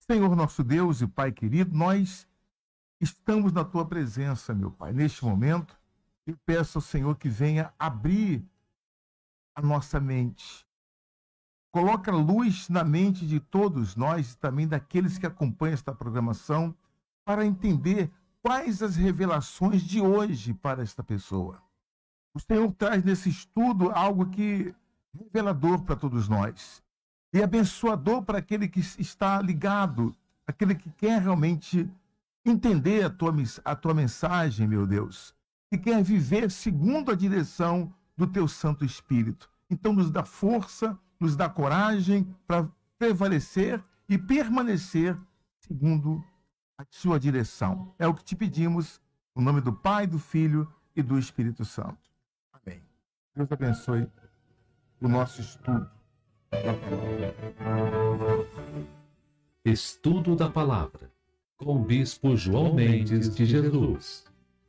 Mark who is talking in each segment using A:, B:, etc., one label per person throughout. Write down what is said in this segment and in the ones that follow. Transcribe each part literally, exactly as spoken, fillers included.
A: Senhor nosso Deus e Pai querido, nós estamos na tua presença, meu Pai. Neste momento, eu peço ao Senhor que venha abrir a nossa mente. Coloca luz na mente de todos nós e também daqueles que acompanham esta programação para entender quais as revelações de hoje para esta pessoa. O Senhor traz nesse estudo algo que é revelador para todos nós e abençoador para aquele que está ligado, aquele que quer realmente entender a tua, a tua mensagem, meu Deus, que quer viver segundo a direção do teu Santo Espírito. Então nos dá força, nos dá coragem para prevalecer e permanecer segundo a sua direção. É o que te pedimos, no nome do Pai, do Filho e do Espírito Santo. Amém. Deus abençoe o nosso estudo da palavra.
B: Estudo da Palavra, com o Bispo João Mendes de Jesus.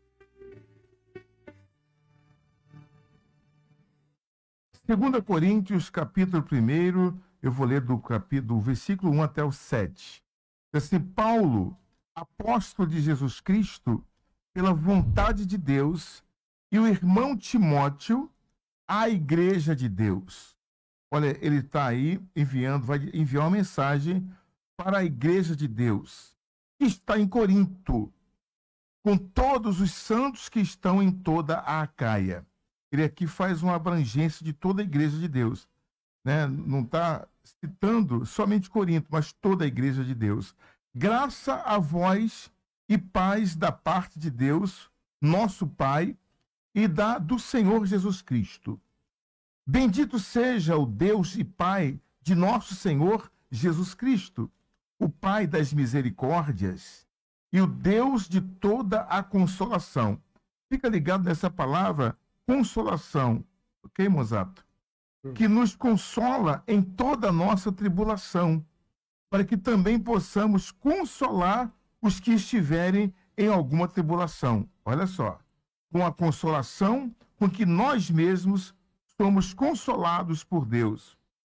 A: Segunda Coríntios, capítulo primeiro, eu vou ler do, capítulo, do versículo um até o sete. Assim, Paulo, apóstolo de Jesus Cristo, pela vontade de Deus, e o irmão Timóteo, à igreja de Deus. Olha, ele está aí enviando, vai enviar uma mensagem para a igreja de Deus, que está em Corinto, com todos os santos que estão em toda a Acaia. Ele aqui faz uma abrangência de toda a igreja de Deus, né? Não está citando somente Corinto, mas toda a igreja de Deus. Graça a vós e paz da parte de Deus, nosso Pai, e da do Senhor Jesus Cristo. Bendito seja o Deus e Pai de nosso Senhor Jesus Cristo, o Pai das misericórdias e o Deus de toda a consolação. Fica ligado nessa palavra, consolação, ok, Mozato? Que nos consola em toda a nossa tribulação, para que também possamos consolar os que estiverem em alguma tribulação. Olha só, com a consolação com que nós mesmos somos consolados por Deus.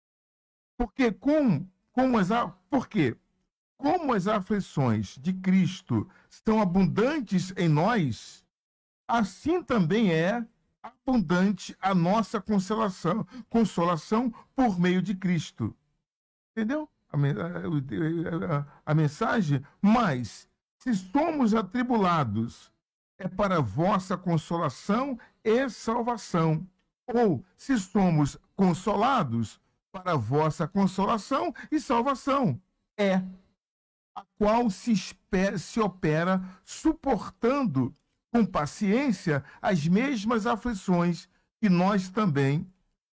A: Porque com, com as, por quê? Como as aflições de Cristo são abundantes em nós, assim também é abundante a nossa consolação, consolação por meio de Cristo. Entendeu a, a, a, a mensagem? Mas, se somos atribulados, é para vossa consolação e salvação. Ou, se somos consolados, para vossa consolação e salvação. É a qual se, espera, se opera suportando com paciência as mesmas aflições que nós também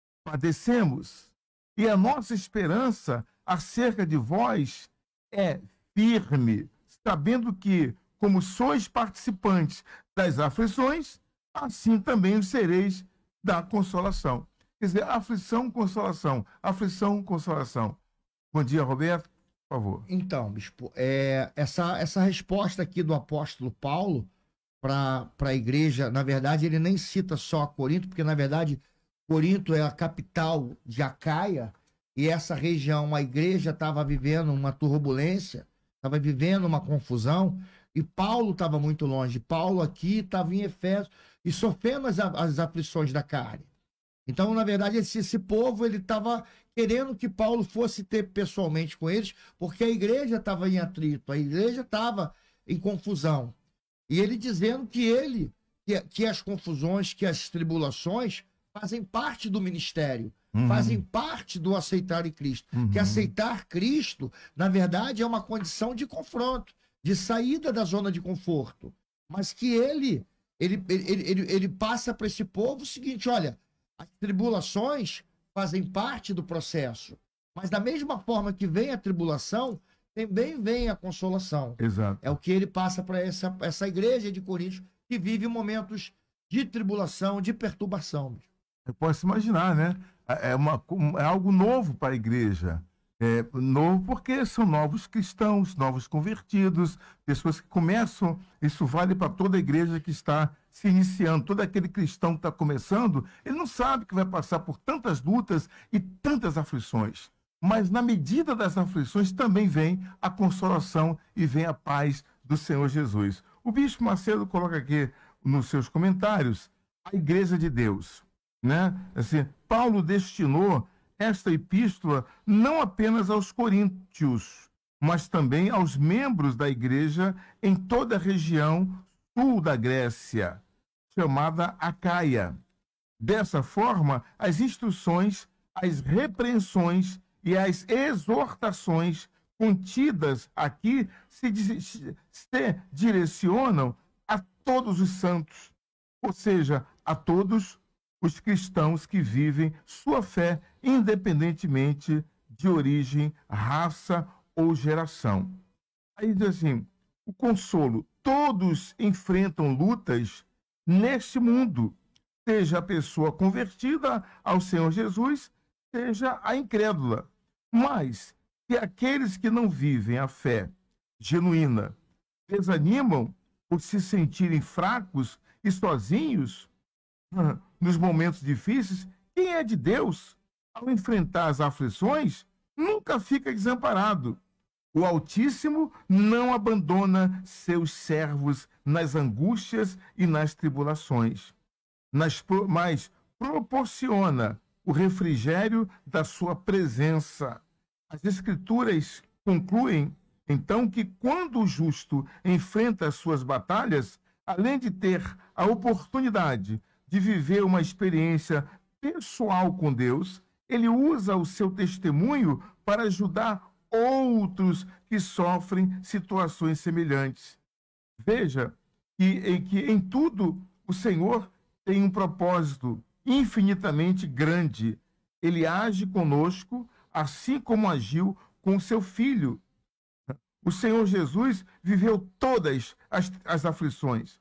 A: padecemos. E a nossa esperança acerca de vós é firme, sabendo que, como sois participantes das aflições, assim também o sereis da consolação. Quer dizer, aflição, consolação, aflição, consolação. Bom dia, Roberto, por favor.
C: Então, bispo, é, essa, essa resposta aqui do apóstolo Paulo para a igreja, na verdade, ele nem cita só Corinto, porque, na verdade, Corinto é a capital de Acaia, e essa região, a igreja estava vivendo uma turbulência, estava vivendo uma confusão, e Paulo estava muito longe. Paulo aqui estava em Efésios e sofrendo as, as aflições da carne. Então, na verdade, esse, esse povo ele estava querendo que Paulo fosse ter pessoalmente com eles, porque a igreja estava em atrito, a igreja estava em confusão. E ele dizendo que ele, que, que as confusões, que as tribulações fazem parte do ministério, uhum. fazem parte do aceitar em Cristo. Uhum. Que aceitar Cristo, na verdade, é uma condição de confronto, de saída da zona de conforto. Mas que ele, ele, ele, ele, ele passa para esse povo o seguinte, olha, as tribulações fazem parte do processo, mas da mesma forma que vem a tribulação, também vem a consolação.
A: Exato.
C: É o que ele passa para essa, essa igreja de Corinto, que vive momentos de tribulação, de perturbação.
A: Eu posso imaginar, né? É, uma, é algo novo para a igreja. É novo porque são novos cristãos, novos convertidos, pessoas que começam, isso vale para toda a igreja que está se iniciando. Todo aquele cristão que está começando, ele não sabe que vai passar por tantas lutas e tantas aflições. mas na medida das aflições também vem a consolação e vem a paz do Senhor Jesus. O bispo Macedo coloca aqui nos seus comentários a Igreja de Deus, né? Assim, Paulo destinou esta epístola não apenas aos coríntios, mas também aos membros da igreja em toda a região sul da Grécia, chamada Acaia. Dessa forma, as instruções, as repreensões e as exortações contidas aqui se, se direcionam a todos os santos, ou seja, a todos os cristãos que vivem sua fé independentemente de origem, raça ou geração. Aí diz assim, o consolo, todos enfrentam lutas neste mundo, seja a pessoa convertida ao Senhor Jesus, seja a incrédula. Mas, se aqueles que não vivem a fé genuína desanimam por se sentirem fracos e sozinhos nos momentos difíceis, quem é de Deus, ao enfrentar as aflições, nunca fica desamparado. O Altíssimo não abandona seus servos nas angústias e nas tribulações, nas, mas proporciona o refrigério da sua presença. As Escrituras concluem, então, que quando o justo enfrenta as suas batalhas, além de ter a oportunidade de viver uma experiência pessoal com Deus, ele usa o seu testemunho para ajudar outros que sofrem situações semelhantes. Veja que em, que em tudo o Senhor tem um propósito infinitamente grande. Ele age conosco, assim como agiu com seu Filho. O Senhor Jesus viveu todas as, as aflições,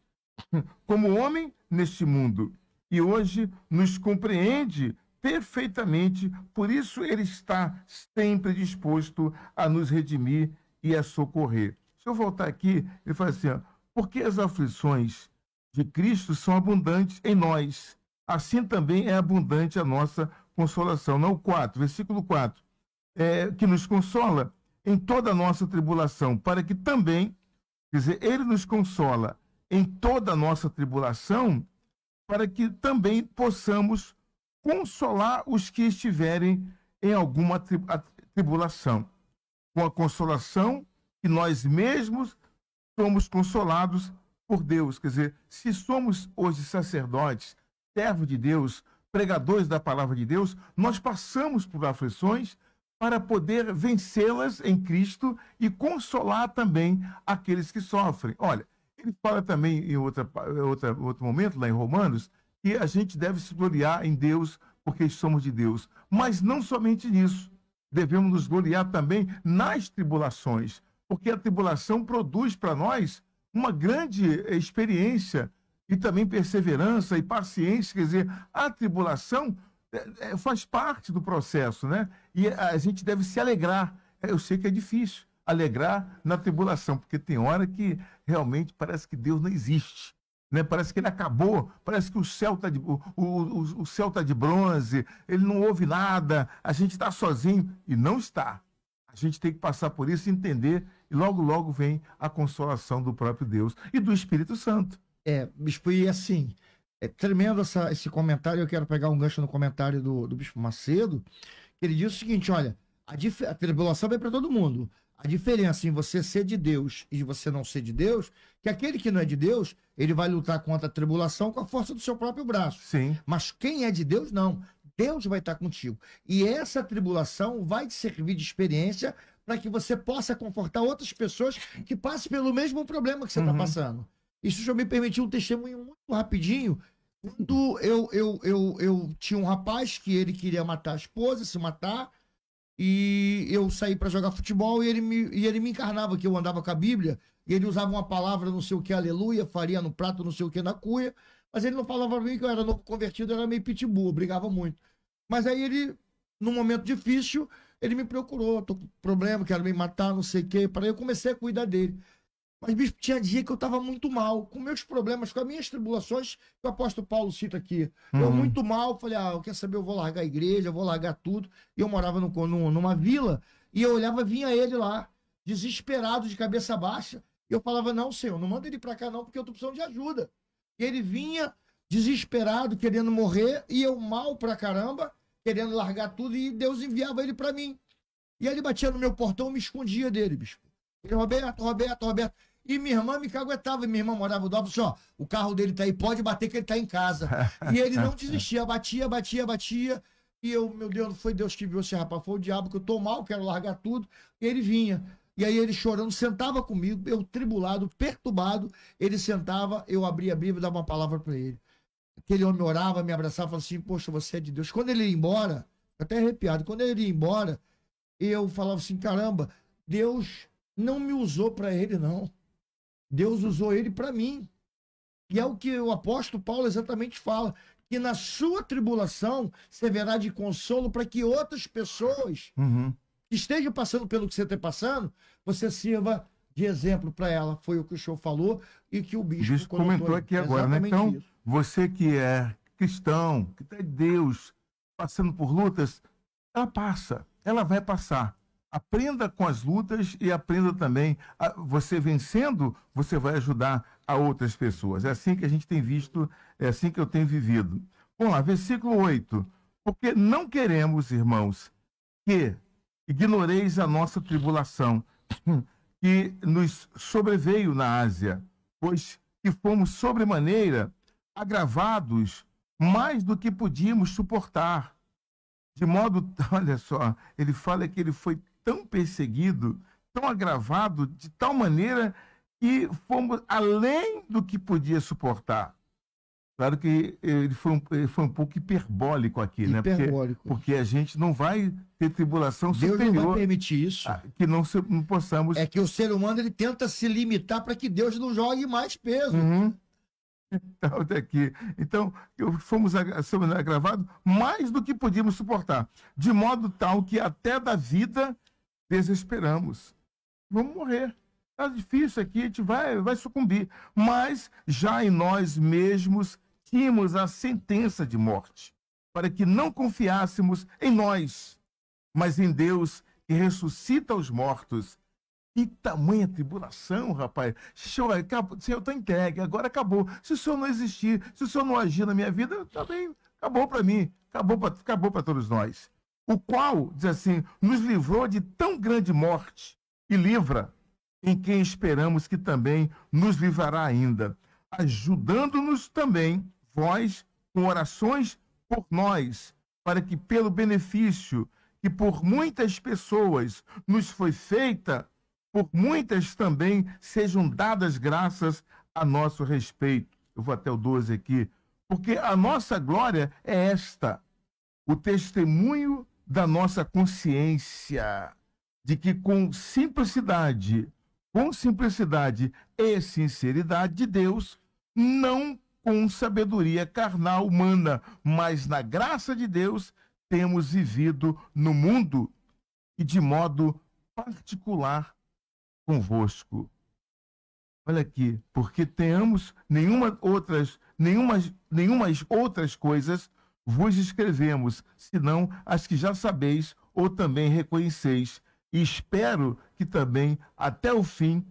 A: como homem neste mundo, e hoje nos compreende perfeitamente, por isso ele está sempre disposto a nos redimir e a socorrer. Se eu voltar aqui, ele fala assim, ó, porque as aflições de Cristo são abundantes em nós, assim também é abundante a nossa consolação. Não, quatro, versículo quatro, é, que nos consola em toda a nossa tribulação, para que também, quer dizer, ele nos consola em toda a nossa tribulação, para que também possamos consolar os que estiverem em alguma tri tribulação, com a consolação que nós mesmos somos consolados por Deus. Quer dizer, se somos hoje sacerdotes, servos de Deus, pregadores da palavra de Deus, nós passamos por aflições para poder vencê-las em Cristo e consolar também aqueles que sofrem. Olha, ele fala também em outra, outra, outro momento, lá em Romanos, que a gente deve se gloriar em Deus porque somos de Deus. Mas não somente nisso. Devemos nos gloriar também nas tribulações, porque a tribulação produz para nós uma grande experiência e também perseverança e paciência. Quer dizer, a tribulação é, é, faz parte do processo, né? E a gente deve se alegrar. Eu sei que é difícil alegrar na tribulação, porque tem hora que realmente parece que Deus não existe. Né? Parece que ele acabou, parece que o céu está de, o, o, o céu tá de bronze, ele não ouve nada, a gente está sozinho, e não está. A gente tem que passar por isso e entender, e logo, logo vem a consolação do próprio Deus e do Espírito Santo.
C: É, Bispo, e assim, é tremendo essa, esse comentário. Eu quero pegar um gancho no comentário do, do Bispo Macedo, que ele diz o seguinte, olha, a, a tribulação vai para todo mundo. A diferença em você ser de Deus e de você não ser de Deus, que aquele que não é de Deus, ele vai lutar contra a tribulação com a força do seu próprio braço.
A: Sim.
C: Mas quem é de Deus, não. Deus vai estar contigo. E essa tribulação vai te servir de experiência para que você possa confortar outras pessoas que passem pelo mesmo problema que você está uhum. passando. Isso já me permitiu um testemunho muito rapidinho. Quando eu, eu, eu, eu tinha um rapaz que ele queria matar a esposa, se matar, e eu saí para jogar futebol e ele, me, e ele me encarnava que eu andava com a Bíblia, e ele usava uma palavra não sei o que, aleluia, faria no prato não sei o que, na cuia, mas ele não falava para mim que eu era novo convertido, eu era meio pitbull, brigava muito. Mas aí ele, num momento difícil, ele me procurou, tô com problema, quero me matar, não sei o que, para eu comecei a cuidar dele. Mas, bispo, tinha dia que eu estava muito mal, com meus problemas, com as minhas tribulações, que o apóstolo Paulo cita aqui. Eu
A: Uhum.
C: muito mal, falei, ah, eu quero saber, eu vou largar a igreja, eu vou largar tudo. E eu morava no, no, numa vila, e eu olhava, vinha ele lá, desesperado, de cabeça baixa. E eu falava, não, senhor, não manda ele para cá não, porque eu tô precisando de ajuda. E ele vinha desesperado, querendo morrer, e eu mal pra caramba, querendo largar tudo, e Deus enviava ele para mim. E aí ele batia no meu portão, eu me escondia dele, bispo. Ele, Roberto, Roberto, Roberto. E minha irmã me caguetava, e minha irmã morava do lado, assim, ó, o carro dele tá aí, pode bater que ele tá em casa. E ele não desistia, batia, batia, batia. E eu, meu Deus, não foi Deus que viu assim, rapaz, foi o diabo que eu tô mal, quero largar tudo. E ele vinha. E aí ele chorando, sentava comigo, eu tribulado, perturbado, ele sentava, eu abria a Bíblia e dava uma palavra para ele. Aquele homem orava, me abraçava, falava assim, poxa, você é de Deus. Quando ele ia embora, até arrepiado, quando ele ia embora, eu falava assim, caramba, Deus não me usou para ele, não. Deus usou ele para mim. E é o que o apóstolo Paulo exatamente fala, que na sua tribulação servirá de consolo para que outras pessoas
A: Uhum.
C: que estejam passando pelo que você está passando, você sirva de exemplo para ela. Foi o que o senhor falou e que o
A: O
C: bispo,
A: bispo comentou aqui agora, né?
C: Exatamente
A: Então,
C: isso.
A: você que é cristão, que está de Deus, passando por lutas, ela passa, ela vai passar. Aprenda com as lutas e aprenda também. A, você vencendo, você vai ajudar a outras pessoas. É assim que a gente tem visto, é assim que eu tenho vivido. Vamos lá, versículo oito. Porque não queremos, irmãos, que ignoreis a nossa tribulação, que nos sobreveio na Ásia, pois que fomos sobremaneira agravados mais do que podíamos suportar. De modo, olha só, ele fala que ele foi tão perseguido, tão agravado, de tal maneira que fomos além do que podia suportar. Claro que ele foi um, ele foi um pouco hiperbólico aqui, né? Porque,
C: Hiperbólico.
A: porque a gente não vai ter tribulação
C: Deus não
A: superior
C: vai permitir isso.
A: a- que não, se- não possamos.
C: É que o ser humano ele tenta se limitar para que Deus não jogue mais peso.
A: Uhum. Então, daqui. Então, eu- fomos agra- somos agravados mais do que podíamos suportar, de modo tal que até da vida desesperamos. Vamos morrer. Tá difícil aqui, a gente vai, vai sucumbir. Mas já em nós mesmos tínhamos a sentença de morte, para que não confiássemos em nós, mas em Deus que ressuscita os mortos. Que tamanha tribulação, rapaz. Senhor, acabou, Senhor, eu estou entregue, agora acabou. Se o Senhor não existir, se o Senhor não agir na minha vida, também acabou para mim, acabou para acabou para todos nós. O qual, diz assim, nos livrou de tão grande morte e livra em quem esperamos que também nos livrará ainda, ajudando-nos também, vós, com orações por nós, para que pelo benefício que por muitas pessoas nos foi feita, por muitas também sejam dadas graças a nosso respeito. Eu vou até o doze aqui. Porque a nossa glória é esta, o testemunho da nossa consciência, de que com simplicidade, com simplicidade e sinceridade de Deus, não com sabedoria carnal humana, mas na graça de Deus, temos vivido no mundo e de modo particular convosco. Olha aqui, porque tenhamos nenhuma outras, nenhumas, nenhumas outras coisas vos escrevemos, senão as que já sabeis ou também reconheceis, e espero que também até o fim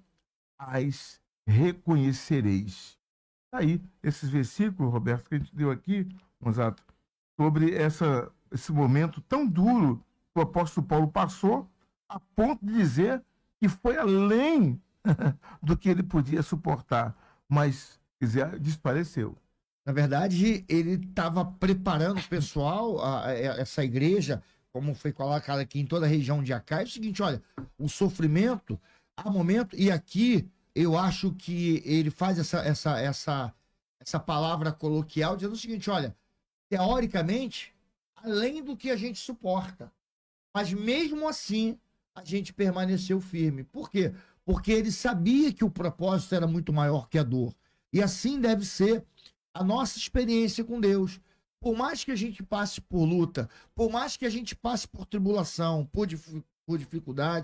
A: as reconhecereis. Aí, esses versículos, Roberto, que a gente deu aqui, Gonzato, sobre essa, esse momento tão duro que o apóstolo Paulo passou, a ponto de dizer que foi além do que ele podia suportar, mas, quer dizer, desapareceu.
C: Na verdade, ele estava preparando o pessoal, a, a, essa igreja, como foi colocado aqui em toda a região de Acá, é o seguinte, olha, o sofrimento, há momento, e aqui eu acho que ele faz essa, essa, essa, essa palavra coloquial, dizendo o seguinte, olha, teoricamente, além do que a gente suporta, mas mesmo assim, a gente permaneceu firme. Por quê? Porque ele sabia que o propósito era muito maior que a dor. E assim deve ser a nossa experiência com Deus. Por mais que a gente passe por luta, por mais que a gente passe por tribulação, por, dif por dificuldade,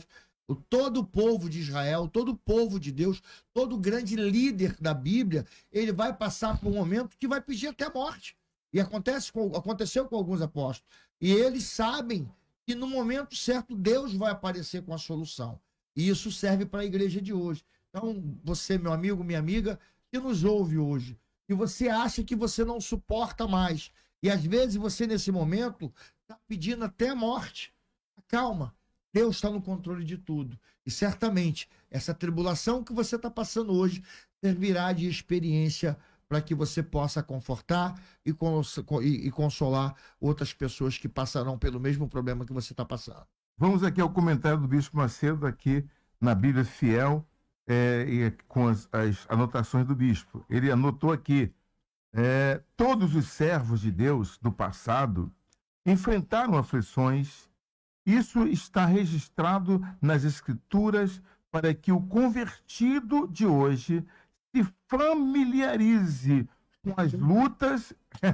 C: O, todo o povo de Israel, todo o povo de Deus, todo grande líder da Bíblia, ele vai passar por um momento que vai pedir até a morte. E acontece com, aconteceu com alguns apóstolos. E eles sabem que no momento certo Deus vai aparecer com a solução. E isso serve para a igreja de hoje. Então, você, meu amigo, minha amiga, que nos ouve hoje, que você acha que você não suporta mais, e às vezes você, nesse momento, está pedindo até a morte. Calma, Deus está no controle de tudo. E certamente, essa tribulação que você está passando hoje servirá de experiência para que você possa confortar e, cons e, e consolar outras pessoas que passarão pelo mesmo problema que você está passando.
A: Vamos aqui ao comentário do Bispo Macedo, aqui na Bíblia Fiel, é, e com as, as anotações do Bispo. Ele anotou aqui, é, todos os servos de Deus do passado enfrentaram aflições. Isso está registrado nas Escrituras para que o convertido de hoje se familiarize com as lutas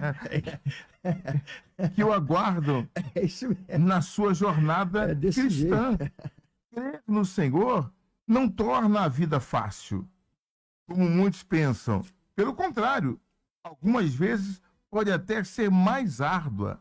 A: que o aguardam na sua jornada
C: É desse
A: cristã.
C: jeito.
A: Crer no Senhor não torna a vida fácil, como muitos pensam. Pelo contrário, algumas vezes pode até ser mais árdua.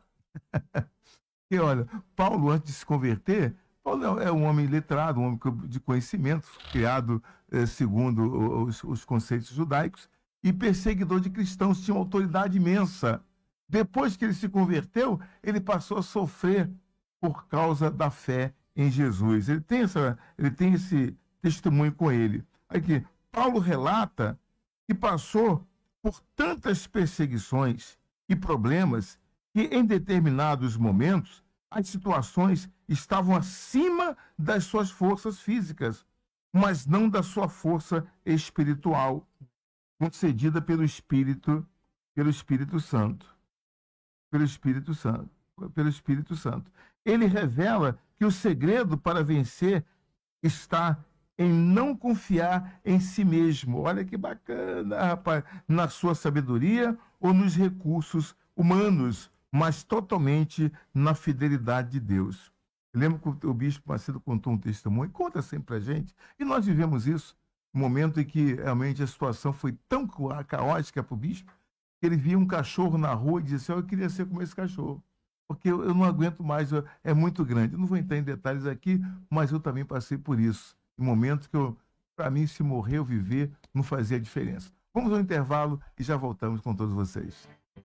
A: E olha, Paulo, antes de se converter, Paulo é um homem letrado, um homem de conhecimento, criado eh, segundo os, os conceitos judaicos, e perseguidor de cristãos, tinha uma autoridade imensa. Depois que ele se converteu, ele passou a sofrer por causa da fé em Jesus. Ele tem, essa, ele tem esse testemunho com ele. Aqui, Paulo relata que passou por tantas perseguições e problemas que, em determinados momentos, as situações estavam acima das suas forças físicas, mas não da sua força espiritual, concedida pelo Espírito, pelo Espírito Santo. Pelo Espírito Santo. Pelo Espírito Santo. Ele revela que o segredo para vencer está em não confiar em si mesmo. Olha que bacana, rapaz, na sua sabedoria ou nos recursos humanos, mas totalmente na fidelidade de Deus. Eu lembro que o Bispo Macedo contou um testemunho, conta sempre pra gente, e nós vivemos isso, um momento em que realmente a situação foi tão caótica para o Bispo, que ele via um cachorro na rua e dizia assim, eu queria ser como esse cachorro, porque eu, eu não aguento mais, eu, é muito grande. Eu não vou entrar em detalhes aqui, mas eu também passei por isso, em momentos que, para mim, se morrer ou viver, não fazia diferença. Vamos ao intervalo e já voltamos com todos vocês.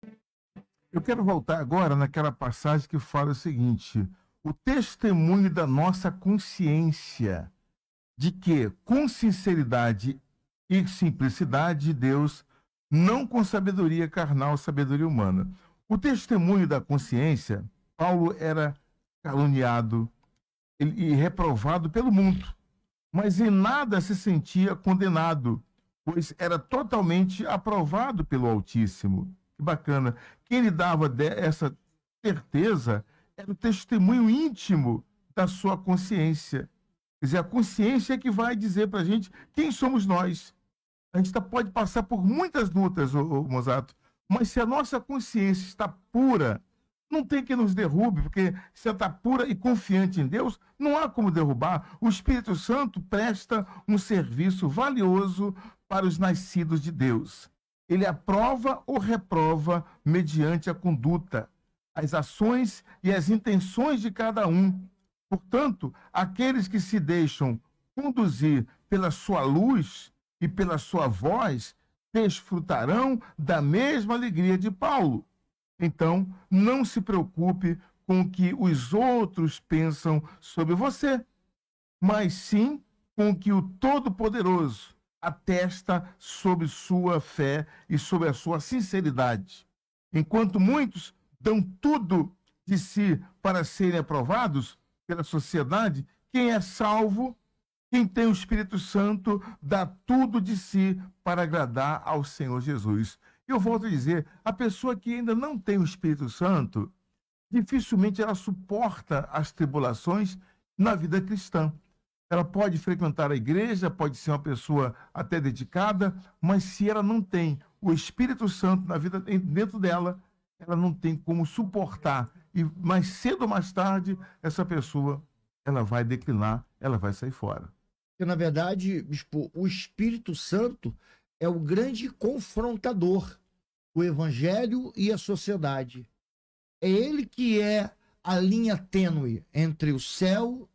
A: Eu quero voltar agora naquela passagem que fala o seguinte, o testemunho da nossa consciência de que, com sinceridade e simplicidade de Deus, não com sabedoria carnal, sabedoria humana. O testemunho da consciência, Paulo era caluniado e reprovado pelo mundo, mas em nada se sentia condenado, pois era totalmente aprovado pelo Altíssimo. Que bacana. Quem lhe dava essa certeza era o testemunho íntimo da sua consciência. Quer dizer, a consciência é que vai dizer para a gente quem somos nós. A gente tá, pode passar por muitas lutas, ô, ô, Mozato, mas se a nossa consciência está pura, não tem que nos derrube, porque se ela está pura e confiante em Deus, não há como derrubar. O Espírito Santo presta um serviço valioso para os nascidos de Deus. Ele aprova ou reprova mediante a conduta, as ações e as intenções de cada um. Portanto, aqueles que se deixam conduzir pela sua luz e pela sua voz, desfrutarão da mesma alegria de Paulo. Então, não se preocupe com o que os outros pensam sobre você, mas sim com o que o Todo-Poderoso atesta sobre sua fé e sobre a sua sinceridade. Enquanto muitos dão tudo de si para serem aprovados pela sociedade, quem é salvo, quem tem o Espírito Santo, dá tudo de si para agradar ao Senhor Jesus. Eu volto a dizer, a pessoa que ainda não tem o Espírito Santo, dificilmente ela suporta as tribulações na vida cristã. Ela pode frequentar a igreja, pode ser uma pessoa até dedicada, mas se ela não tem o Espírito Santo na vida dentro dela, ela não tem como suportar. E mais cedo ou mais tarde, essa pessoa ela vai declinar, ela vai sair fora.
C: Porque, na verdade, bispo, o Espírito Santo é o grande confrontador do evangelho e a sociedade. É ele que é a linha tênue entre o céu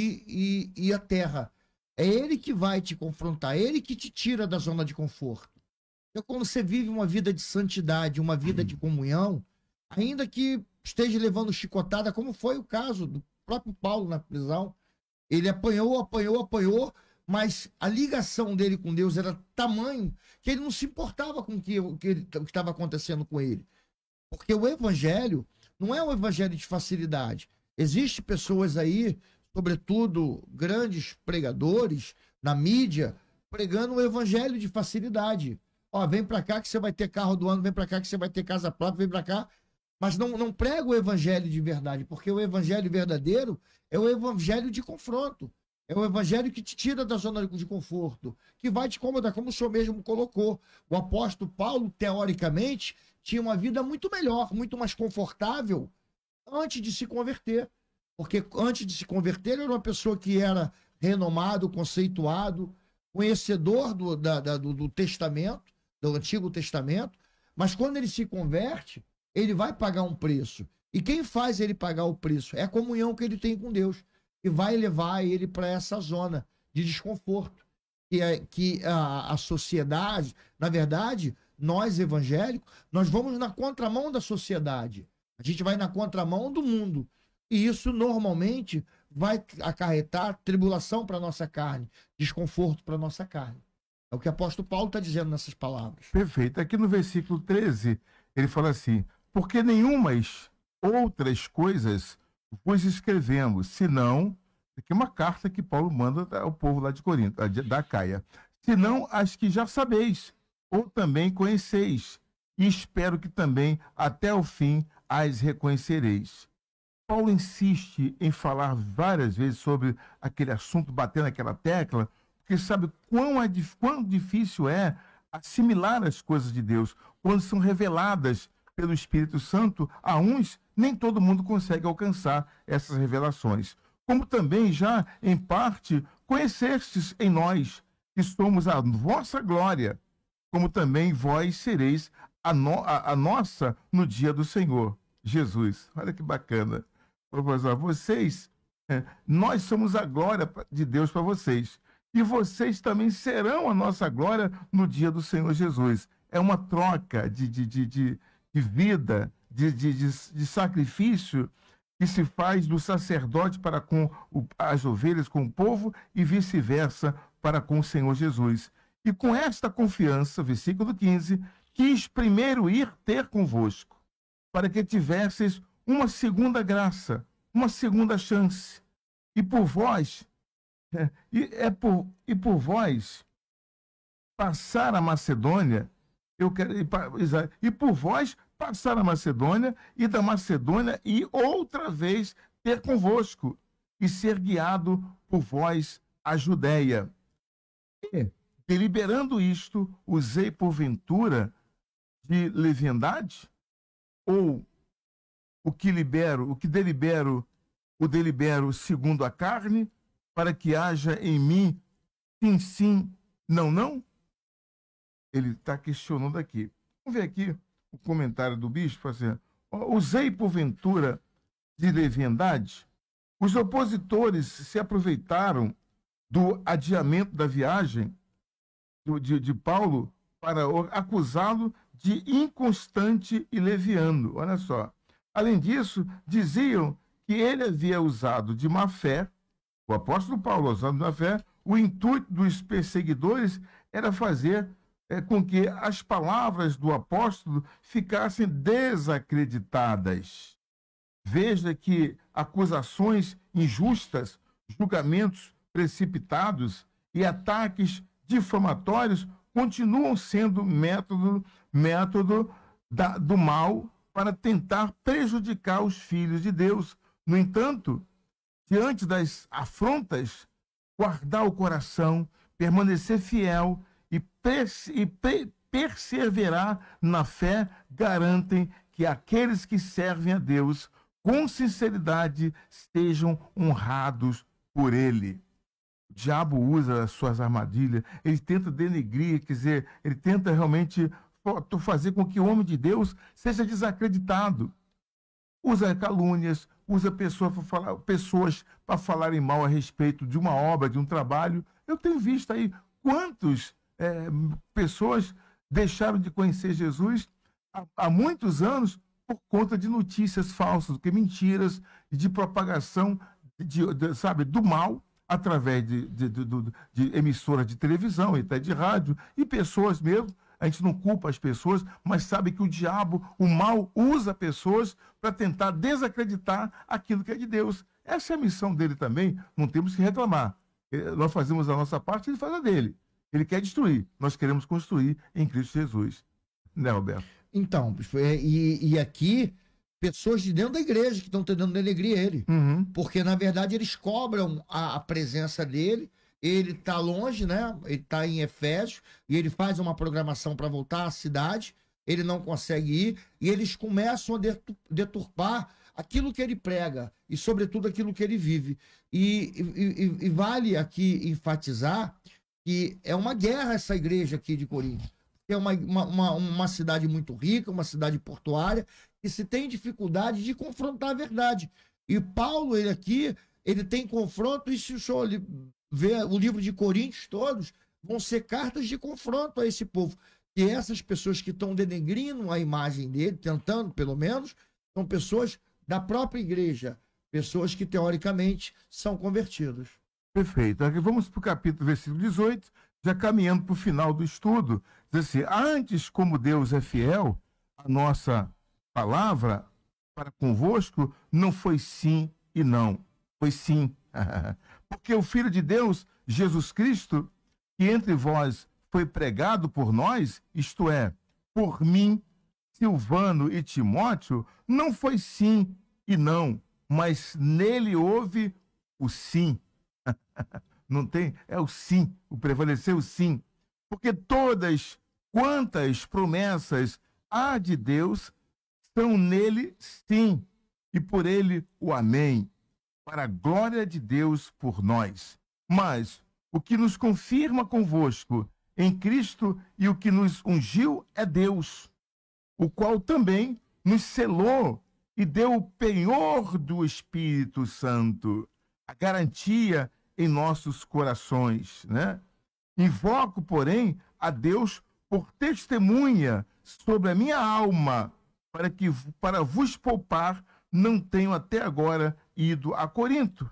C: e, e, e a terra. É ele que vai te confrontar, é ele que te tira da zona de conforto. Então, quando você vive uma vida de santidade, uma vida de comunhão, ainda que esteja levando chicotada, como foi o caso do próprio Paulo na prisão, ele apanhou, apanhou, apanhou, mas a ligação dele com Deus era tamanho que ele não se importava com o que estava acontecendo com ele. Porque o evangelho não é um evangelho de facilidade. Existem pessoas aí, sobretudo grandes pregadores na mídia, pregando o evangelho de facilidade. Ó, vem para cá que você vai ter carro do ano, vem para cá que você vai ter casa própria, vem para cá. Mas não, não prega o evangelho de verdade, porque o evangelho verdadeiro é o evangelho de confronto. É o evangelho que te tira da zona de conforto, que vai te incomodar, como o senhor mesmo colocou. O apóstolo Paulo, teoricamente, tinha uma vida muito melhor, muito mais confortável antes de se converter. Porque antes de se converter, ele era uma pessoa que era renomado, conceituado, conhecedor do, da, da, do, do Testamento, do Antigo Testamento, mas quando ele se converte, ele vai pagar um preço. E quem faz ele pagar o preço? É a comunhão que ele tem com Deus, que vai levar ele para essa zona de desconforto. Que, é, que a, a sociedade, na verdade, nós evangélicos, nós vamos na contramão da sociedade. A gente vai na contramão do mundo. E isso normalmente vai acarretar tribulação para a nossa carne, desconforto para a nossa carne. É o que o apóstolo Paulo está dizendo nessas palavras.
A: Perfeito. Aqui no versículo treze, ele fala assim: porque nenhumas outras coisas vos escrevemos, senão, aqui é uma carta que Paulo manda ao povo lá de Corinto, da Caia, senão as que já sabeis, ou também conheceis, e espero que também até o fim as reconhecereis. Paulo insiste em falar várias vezes sobre aquele assunto, batendo naquela tecla, porque sabe quão, é, quão difícil é assimilar as coisas de Deus, quando são reveladas pelo Espírito Santo. A uns, nem todo mundo consegue alcançar essas revelações. Como também já, em parte, conhecestes em nós, que somos a vossa glória, como também vós sereis a, no, a, a nossa no dia do Senhor Jesus. Olha que bacana. Professor, vocês, é, nós somos a glória de Deus para vocês. E vocês também serão a nossa glória no dia do Senhor Jesus. É uma troca de, de, de, de, de vida, de, de, de, de sacrifício que se faz do sacerdote para com o, as ovelhas, com o povo, e vice-versa para com o Senhor Jesus. E com esta confiança, versículo quinze, quis primeiro ir ter convosco, para que tivesseis uma segunda graça, uma segunda chance. E por vós, é, e, é por, e por vós, passar a Macedônia, eu quero, e, e por vós, passar a Macedônia, e da Macedônia, e outra vez ter convosco, e ser guiado por vós a Judéia. E, deliberando isto, usei porventura de leviandade? Ou o que libero, o que delibero, o delibero segundo a carne, para que haja em mim sim, sim, não, não? Ele está questionando aqui. Vamos ver aqui o comentário do bispo, assim, usei porventura de leviandade? Os opositores se aproveitaram do adiamento da viagem do, de, de Paulo para acusá-lo de inconstante e leviano. Olha só. Além disso, diziam que ele havia usado de má fé, o apóstolo Paulo usando de má fé, o intuito dos perseguidores era fazer é, com que as palavras do apóstolo ficassem desacreditadas. Veja que acusações injustas, julgamentos precipitados e ataques difamatórios continuam sendo método, método da, do mal para tentar prejudicar os filhos de Deus. No entanto, diante das afrontas, guardar o coração, permanecer fiel e, pers e perseverar na fé garantem que aqueles que servem a Deus com sinceridade, sejam honrados por ele. O diabo usa as suas armadilhas, ele tenta denegrir, quer dizer, ele tenta realmente fazer com que o homem de Deus seja desacreditado. Usa calúnias, usa pessoas para falar, pessoas para falarem mal a respeito de uma obra, de um trabalho. Eu tenho visto aí quantas é, pessoas deixaram de conhecer Jesus há, há muitos anos por conta de notícias falsas, que mentiras, de propagação de, de, sabe, do mal através de, de, de, de, de emissoras de televisão e até de rádio, e pessoas mesmo. A gente não culpa as pessoas, mas sabe que o diabo, o mal, usa pessoas para tentar desacreditar aquilo que é de Deus. Essa é a missão dele também, não temos que reclamar. Nós fazemos a nossa parte, ele faz a dele. Ele quer destruir, nós queremos construir em Cristo Jesus. Né, Roberto?
C: Então, e, e aqui, pessoas de dentro da igreja que estão tentando denegrir ele.
A: Uhum.
C: Porque, na verdade, eles cobram a, a presença dele. Ele está longe, né? Ele está em Efésio e ele faz uma programação para voltar à cidade. Ele não consegue ir e eles começam a deturpar aquilo que ele prega e, sobretudo, aquilo que ele vive. E, e, e vale aqui enfatizar que é uma guerra essa igreja aqui de Corinto. É uma, uma, uma cidade muito rica, uma cidade portuária, que se tem dificuldade de confrontar a verdade. E Paulo, ele aqui, ele tem confronto, e se o senhor vê o livro de Coríntios todos, vão ser cartas de confronto a esse povo. E essas pessoas que estão denegrindo a imagem dele, tentando pelo menos, são pessoas da própria igreja, pessoas que teoricamente são convertidos.
A: Perfeito. Aqui vamos para o capítulo, versículo dezoito, já caminhando para o final do estudo. Diz assim: antes, como Deus é fiel, a nossa palavra para convosco não foi sim e não, foi sim. Porque o Filho de Deus, Jesus Cristo, que entre vós foi pregado por nós, isto é, por mim, Silvano e Timóteo, não foi sim e não, mas nele houve o sim. Não tem? É o sim, o prevaleceu o sim. Porque todas quantas promessas há de Deus são nele sim, e por ele o amém, para a glória de Deus por nós. Mas o que nos confirma convosco em Cristo e o que nos ungiu é Deus, o qual também nos selou e deu o penhor do Espírito Santo, a garantia em nossos corações, né? Invoco, porém, a Deus por testemunha sobre a minha alma, para que, para vos poupar, não tenho até agora ido a Corinto.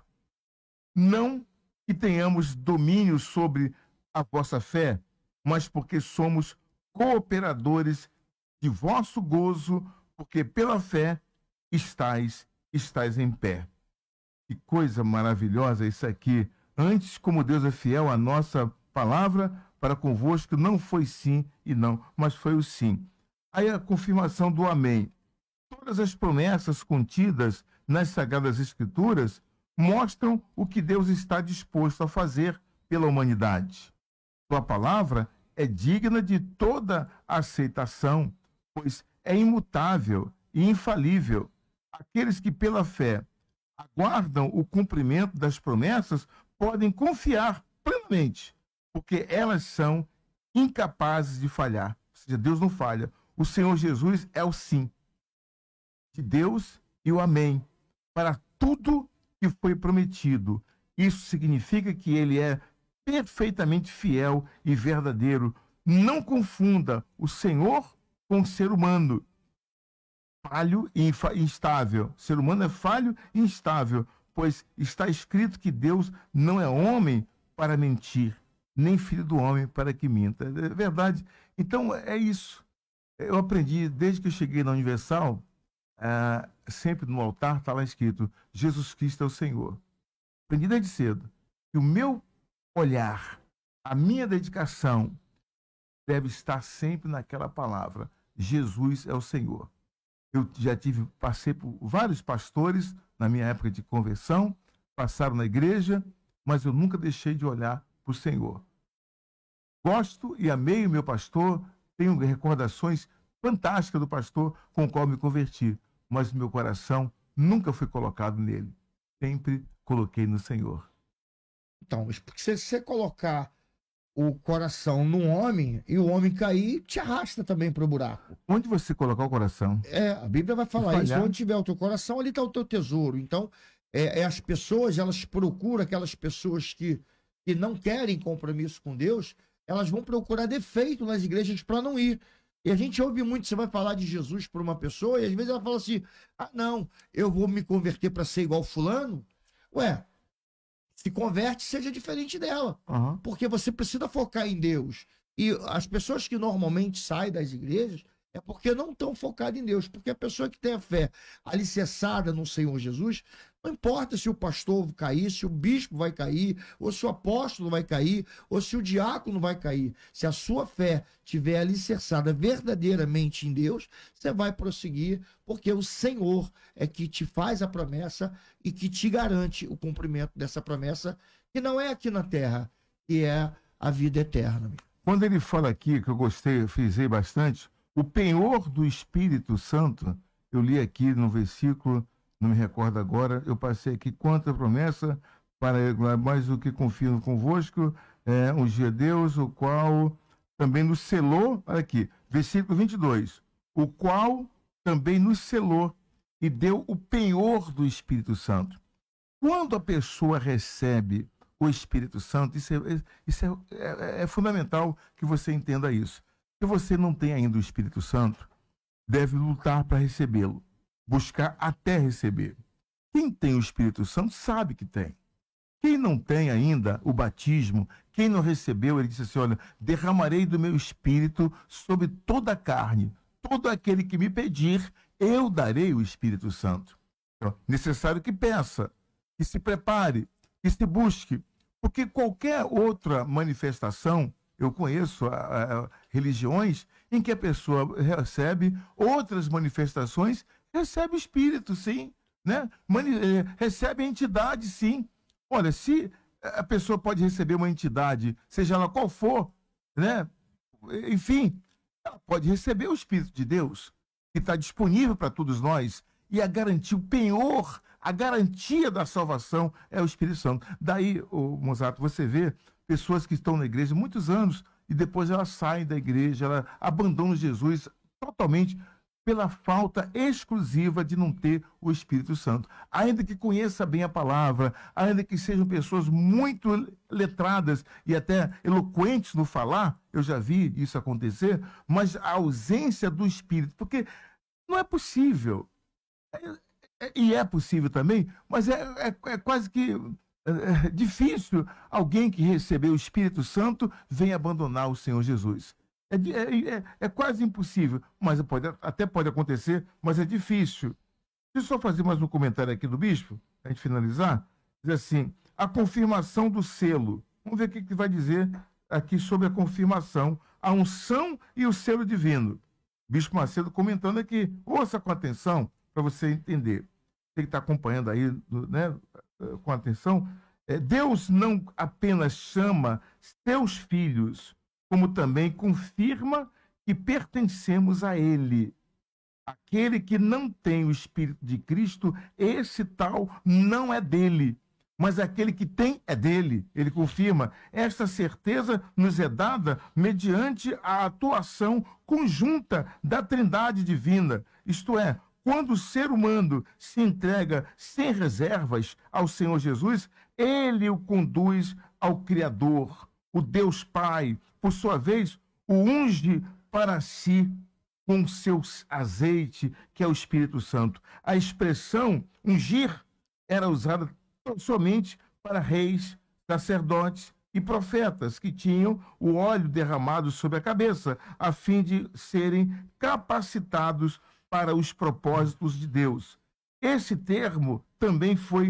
A: Não que tenhamos domínio sobre a vossa fé, mas porque somos cooperadores de vosso gozo, porque pela fé estais, estais em pé. Que coisa maravilhosa isso aqui. Antes, como Deus é fiel, a nossa palavra para convosco não foi sim e não, mas foi o sim. Aí a confirmação do amém. Todas as promessas contidas nas Sagradas Escrituras mostram o que Deus está disposto a fazer pela humanidade. Sua palavra é digna de toda aceitação, pois é imutável e infalível. Aqueles que pela fé aguardam o cumprimento das promessas podem confiar plenamente, porque elas são incapazes de falhar. Ou seja, Deus não falha. O Senhor Jesus é o sim de Deus e o amém para tudo que foi prometido. Isso significa que ele é perfeitamente fiel e verdadeiro. Não confunda o Senhor com o ser humano. Falho e instável. O ser humano é falho e instável, pois está escrito que Deus não é homem para mentir, nem filho do homem para que minta. É verdade. Então, é isso. Eu aprendi, desde que eu cheguei na Universal, uh, sempre no altar está lá escrito, Jesus Cristo é o Senhor. Aprendi desde cedo que o meu olhar, a minha dedicação deve estar sempre naquela palavra, Jesus é o Senhor. Eu já tive, passei por vários pastores na minha época de conversão, passaram na igreja, mas eu nunca deixei de olhar para o Senhor. Gosto e amei o meu pastor, tenho recordações fantásticas do pastor com o qual me converti, mas o meu coração nunca fui colocado nele. Sempre coloquei no Senhor.
C: Então, se você colocar o coração num homem e o homem cair, te arrasta também para o buraco.
A: Onde você colocar o coração?
C: É, a Bíblia vai falar isso. Onde tiver o teu coração, ali está o teu tesouro. Então, é, é as pessoas, elas procuram aquelas pessoas que, que não querem compromisso com Deus, elas vão procurar defeito nas igrejas para não ir. E a gente ouve muito, você vai falar de Jesus para uma pessoa e às vezes ela fala assim, ah, não, eu vou me converter para ser igual fulano. Ué, se converte, seja diferente dela.
A: Uhum.
C: Porque você precisa focar em Deus. E as pessoas que normalmente saem das igrejas é porque não estão focadas em Deus. Porque a pessoa que tem a fé alicerçada no Senhor Jesus, não importa se o pastor cair, se o bispo vai cair, ou se o apóstolo vai cair, ou se o diácono vai cair. Se a sua fé estiver alicerçada verdadeiramente em Deus, você vai prosseguir, porque o Senhor é que te faz a promessa e que te garante o cumprimento dessa promessa, que não é aqui na terra, que é a vida eterna.
A: Quando ele fala aqui, que eu gostei, eu frisei bastante, o penhor do Espírito Santo, eu li aqui no versículo, não me recordo agora, eu passei aqui quanto a promessa, para mais do que confio convosco, é, um dia Deus, o qual também nos selou, olha aqui, versículo vinte e dois, o qual também nos selou e deu o penhor do Espírito Santo. Quando a pessoa recebe o Espírito Santo, isso, é, isso é, é, é fundamental que você entenda isso. Se você não tem ainda o Espírito Santo, deve lutar para recebê-lo, buscar até receber. Quem tem o Espírito Santo sabe que tem. Quem não tem ainda o batismo, quem não recebeu, ele disse assim, olha, derramarei do meu Espírito sobre toda a carne. Todo aquele que me pedir, eu darei o Espírito Santo. Então, necessário que peça, que se prepare, que se busque, porque qualquer outra manifestação, eu conheço a, a, religiões em que a pessoa recebe outras manifestações, recebe o Espírito, sim, né? Mani, recebe a entidade, sim. Olha, se a pessoa pode receber uma entidade, seja ela qual for, né? Enfim, ela pode receber o Espírito de Deus, que está disponível para todos nós, e a garantia, o penhor, a garantia da salvação é o Espírito Santo. Daí, o Mozato, você vê pessoas que estão na igreja há muitos anos e depois elas saem da igreja, elas abandonam Jesus totalmente pela falta exclusiva de não ter o Espírito Santo. Ainda que conheça bem a palavra, ainda que sejam pessoas muito letradas e até eloquentes no falar, eu já vi isso acontecer, mas a ausência do Espírito, porque não é possível, é, é, e é possível também, mas é, é, é quase que é, é difícil alguém que recebeu o Espírito Santo venha abandonar o Senhor Jesus. É, é, é quase impossível, mas pode, até pode acontecer, mas é difícil. Deixa eu só fazer mais um comentário aqui do bispo, para a gente finalizar. Diz assim, a confirmação do selo. Vamos ver o que, que vai dizer aqui sobre a confirmação, a unção e o selo divino. Bispo Macedo comentando aqui, ouça com atenção, para você entender. Você que está acompanhando aí, né, com atenção. É, Deus não apenas chama seus filhos, como também confirma que pertencemos a Ele. Aquele que não tem o Espírito de Cristo, esse tal não é dele, mas aquele que tem é dele. Ele confirma. Esta certeza nos é dada mediante a atuação conjunta da Trindade divina, isto é, quando o ser humano se entrega sem reservas ao Senhor Jesus, ele o conduz ao Criador, o Deus Pai, por sua vez, o unge para si com seu azeite, que é o Espírito Santo. A expressão ungir era usada somente para reis, sacerdotes e profetas que tinham o óleo derramado sobre a cabeça, a fim de serem capacitados para os propósitos de Deus. Esse termo também foi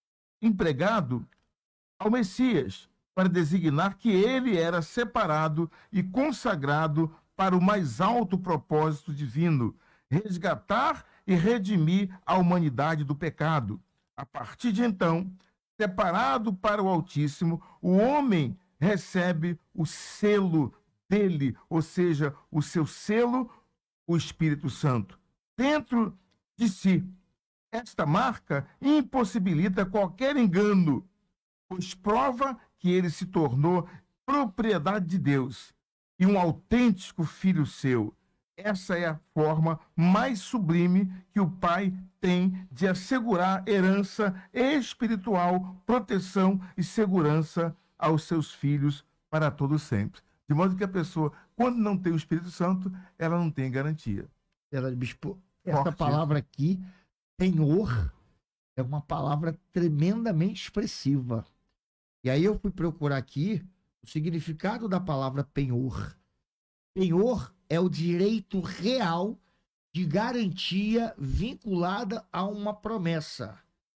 A: empregado ao Messias, para designar que ele era separado e consagrado para o mais alto propósito divino, resgatar e redimir a humanidade do pecado. A partir de então, separado para o Altíssimo, o homem recebe o selo dele, ou seja, o seu selo, o Espírito Santo, dentro de si. Esta marca impossibilita qualquer engano, pois prova que ele se tornou propriedade de Deus e um autêntico filho seu. Essa é a forma mais sublime que o Pai tem de assegurar herança espiritual, proteção e segurança aos seus filhos para todo sempre. De modo que a pessoa, quando não tem o Espírito Santo, ela não tem garantia.
C: Ela, bispo, essa
A: Forte.
C: palavra aqui, penhor, é uma palavra tremendamente expressiva. E aí eu fui procurar aqui o significado da palavra penhor. Penhor é o direito real de garantia vinculada a uma promessa.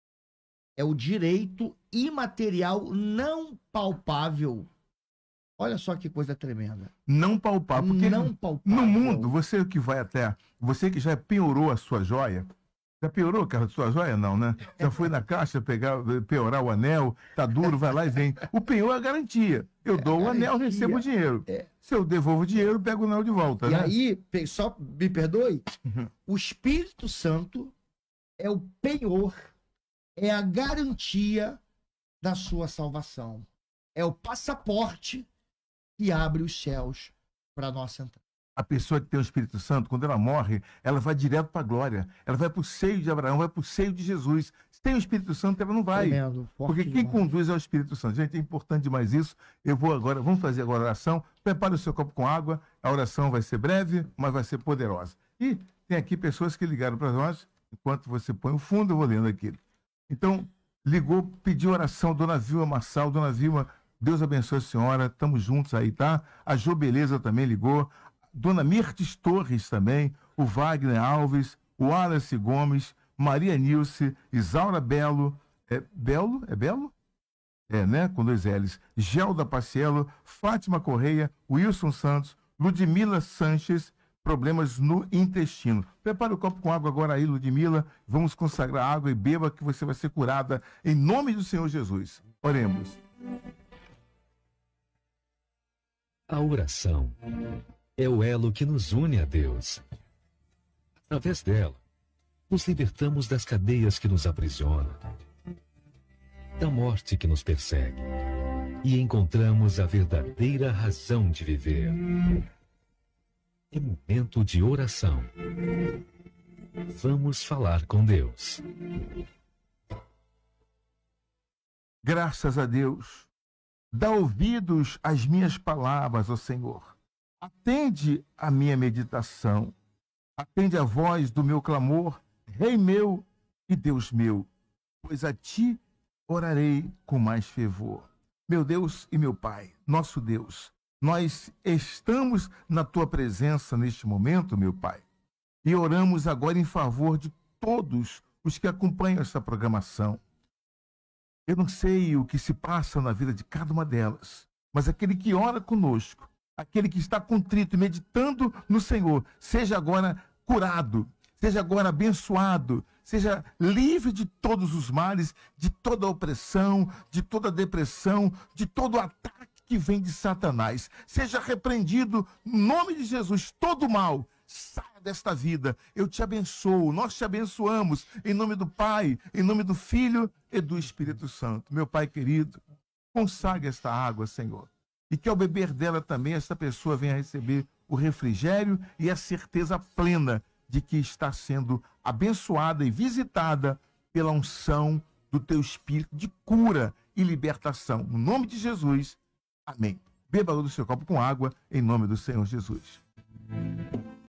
C: É o direito imaterial não palpável. Olha só que coisa tremenda.
A: Não palpar, porque
C: não palpável.
A: no mundo, você que vai até, você que já penhorou a sua joia, já penhorou a sua joia? Não, né? Já foi na caixa pegar, penhorar o anel, tá duro, vai lá e vem. O penhor é a garantia. Eu
C: É
A: dou o anel,
C: garantia.
A: recebo o dinheiro.
C: É.
A: Se eu devolvo o dinheiro, eu pego o anel de volta,
C: E
A: né?
C: aí, pe- só me perdoe,
A: Uhum.
C: o Espírito Santo é o penhor, é a garantia da sua salvação. É o passaporte que abre os céus para a nossa entrada.
A: A pessoa que tem o Espírito Santo, quando ela morre, ela vai direto para a glória. Ela vai para o seio de Abraão, vai para o seio de Jesus. Sem o Espírito Santo, ela não vai.
C: Tremendo, forte
A: Porque quem
C: demais.
A: conduz é o Espírito Santo. Gente, é importante demais isso. Eu vou agora, vamos fazer agora a oração. Prepare o seu copo com água. A oração vai ser breve, mas vai ser poderosa. E tem aqui pessoas que ligaram para nós. Enquanto você põe o fundo, eu vou lendo aqui. Então, ligou, pediu oração, Dona Vilma Marçal. Dona Vilma, Deus abençoe a senhora. Estamos juntos aí, tá? A Jo Beleza também ligou. Dona Mirtes Torres também. O Wagner Alves. O Wallace Gomes. Maria Nilce. Isaura Belo. É Belo? É Belo? É, né? Com dois L's. Gelda Paciello. Fátima Correia. Wilson Santos. Ludmila Sanches. Problemas no intestino. Prepare o copo com água agora aí, Ludmila. Vamos consagrar água e beba que você vai ser curada em nome do Senhor Jesus. Oremos.
B: A oração é o elo que nos une a Deus. Através dela, nos libertamos das cadeias que nos aprisionam, da morte que nos persegue, e encontramos a verdadeira razão de viver. É momento de oração. Vamos falar com Deus.
A: Graças a Deus. Dá ouvidos às minhas palavras, ó Senhor. Atende a minha meditação. Atende a voz do meu clamor, Rei meu e Deus meu, pois a ti orarei com mais fervor. Meu Deus e meu Pai, nosso Deus, nós estamos na tua presença neste momento, meu Pai, e oramos agora em favor de todos os que acompanham essa programação. Eu não sei o que se passa na vida de cada uma delas, mas aquele que ora conosco, aquele que está contrito e meditando no Senhor, seja agora curado, seja agora abençoado, seja livre de todos os males, de toda opressão, de toda depressão, de todo ataque que vem de Satanás. Seja repreendido, no nome de Jesus, todo mal. Saia desta vida, eu te abençoo, nós te abençoamos, em nome do Pai, em nome do Filho e do Espírito Santo. Meu Pai querido, consagre esta água, Senhor, e que ao beber dela também esta pessoa venha receber o refrigério e a certeza plena de que está sendo abençoada e visitada pela unção do teu Espírito de cura e libertação. No nome de Jesus, amém. Beba do seu copo com água, em nome do Senhor Jesus.